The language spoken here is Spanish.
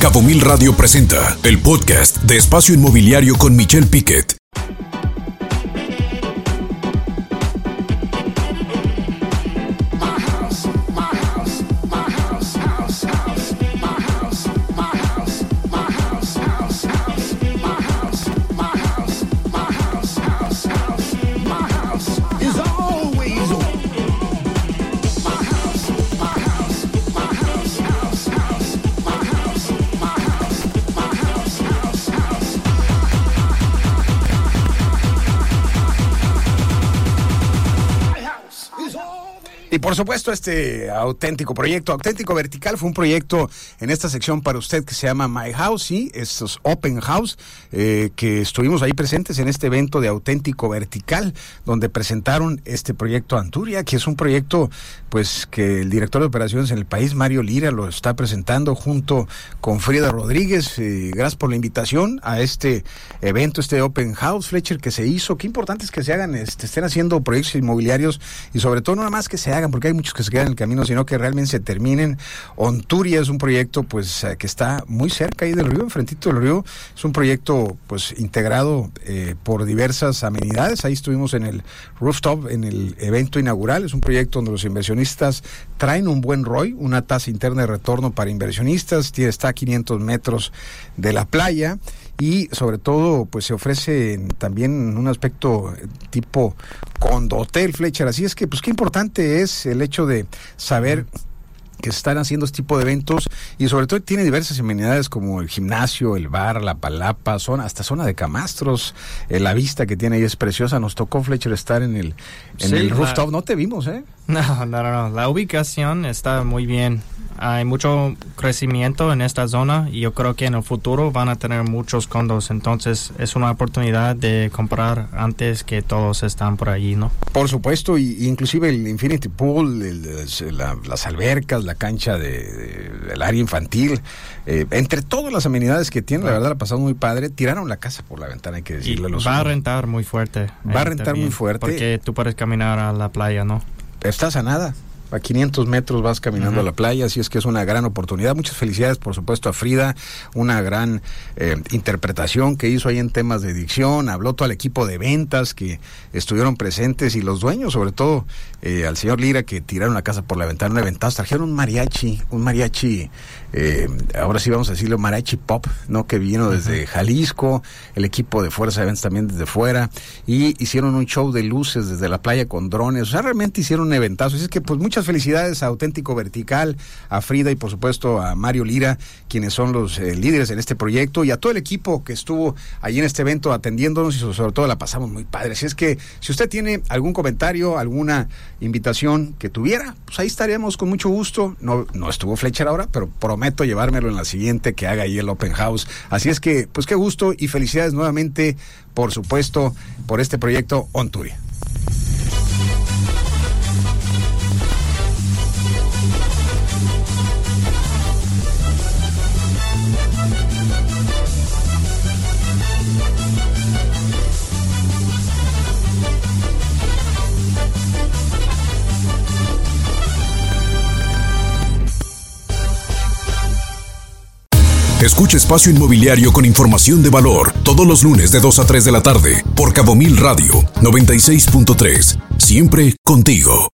Cabo Mil Radio presenta el podcast de Espacio Inmobiliario con Michelle Piquet. Y por supuesto este auténtico proyecto, Auténtico Vertical, fue un proyecto en esta sección para usted que se llama My House, sí, estos Open House, que estuvimos ahí presentes en este evento de Auténtico Vertical, donde presentaron este proyecto Anturia, que es un proyecto pues que el director de operaciones en el país, Mario Lira, lo está presentando junto con Frida Rodríguez. Gracias por la invitación a este evento, este Open House, Fletcher, que se hizo. Qué importante es que se hagan, estén haciendo proyectos inmobiliarios y sobre todo no nada más que se hagan, porque hay muchos que se quedan en el camino, sino que realmente se terminen. Onturia es un proyecto pues que está muy cerca ahí del río, enfrentito del río. Es un proyecto pues integrado por diversas amenidades. Ahí estuvimos en el rooftop, en el evento inaugural. Es un proyecto donde los inversionistas traen un buen ROI, una tasa interna de retorno para inversionistas. Está a 500 metros de la playa. Y sobre todo, pues se ofrece también un aspecto tipo condotel, Fletcher. Así es que, pues qué importante es el hecho de saber que se están haciendo este tipo de eventos y sobre todo tiene diversas amenidades como el gimnasio, el bar, la palapa, hasta zona de camastros. La vista que tiene ahí es preciosa. Nos tocó, Fletcher, estar en el rooftop. No te vimos, ¿eh? No. La ubicación está muy bien. Hay mucho crecimiento en esta zona y yo creo que en el futuro van a tener muchos condos, entonces es una oportunidad de comprar antes que todos están por allí, ¿no? Por supuesto, y inclusive el Infinity Pool, las albercas, la cancha del área infantil, entre todas las amenidades que tienen, la verdad la pasamos muy padre. Tiraron la casa por la ventana, hay que decirlo. Va a rentar muy fuerte. Va a rentar muy fuerte. Porque tú puedes caminar a la playa, ¿no? Estás a nada. A 500 metros vas caminando a la playa, así es que es una gran oportunidad. Muchas felicidades, por supuesto, a Frida, una gran interpretación que hizo ahí en temas de dicción. Habló todo el equipo de ventas que estuvieron presentes y los dueños, sobre todo al señor Lira, que tiraron la casa por la ventana, un eventazo. Trajeron un mariachi, ahora sí vamos a decirlo, mariachi pop, ¿no? Que vino desde Jalisco, el equipo de Fuerza de Eventos también desde fuera, y hicieron un show de luces desde la playa con drones. O sea, realmente hicieron un eventazo. Así es que, pues, muchas felicidades a Auténtico Vertical, a Frida y por supuesto a Mario Lira, quienes son los líderes en este proyecto, y a todo el equipo que estuvo allí en este evento atendiéndonos, y sobre todo la pasamos muy padre. Así es que si usted tiene algún comentario, alguna invitación que tuviera, pues ahí estaríamos con mucho gusto. No estuvo Fletcher ahora, pero prometo llevármelo en la siguiente que haga ahí el Open House. Así es que, pues qué gusto y felicidades nuevamente, por supuesto, por este proyecto Onturia. Escucha Espacio Inmobiliario con información de valor todos los lunes de 2 a 3 de la tarde por Cabo Mil Radio 96.3. Siempre contigo.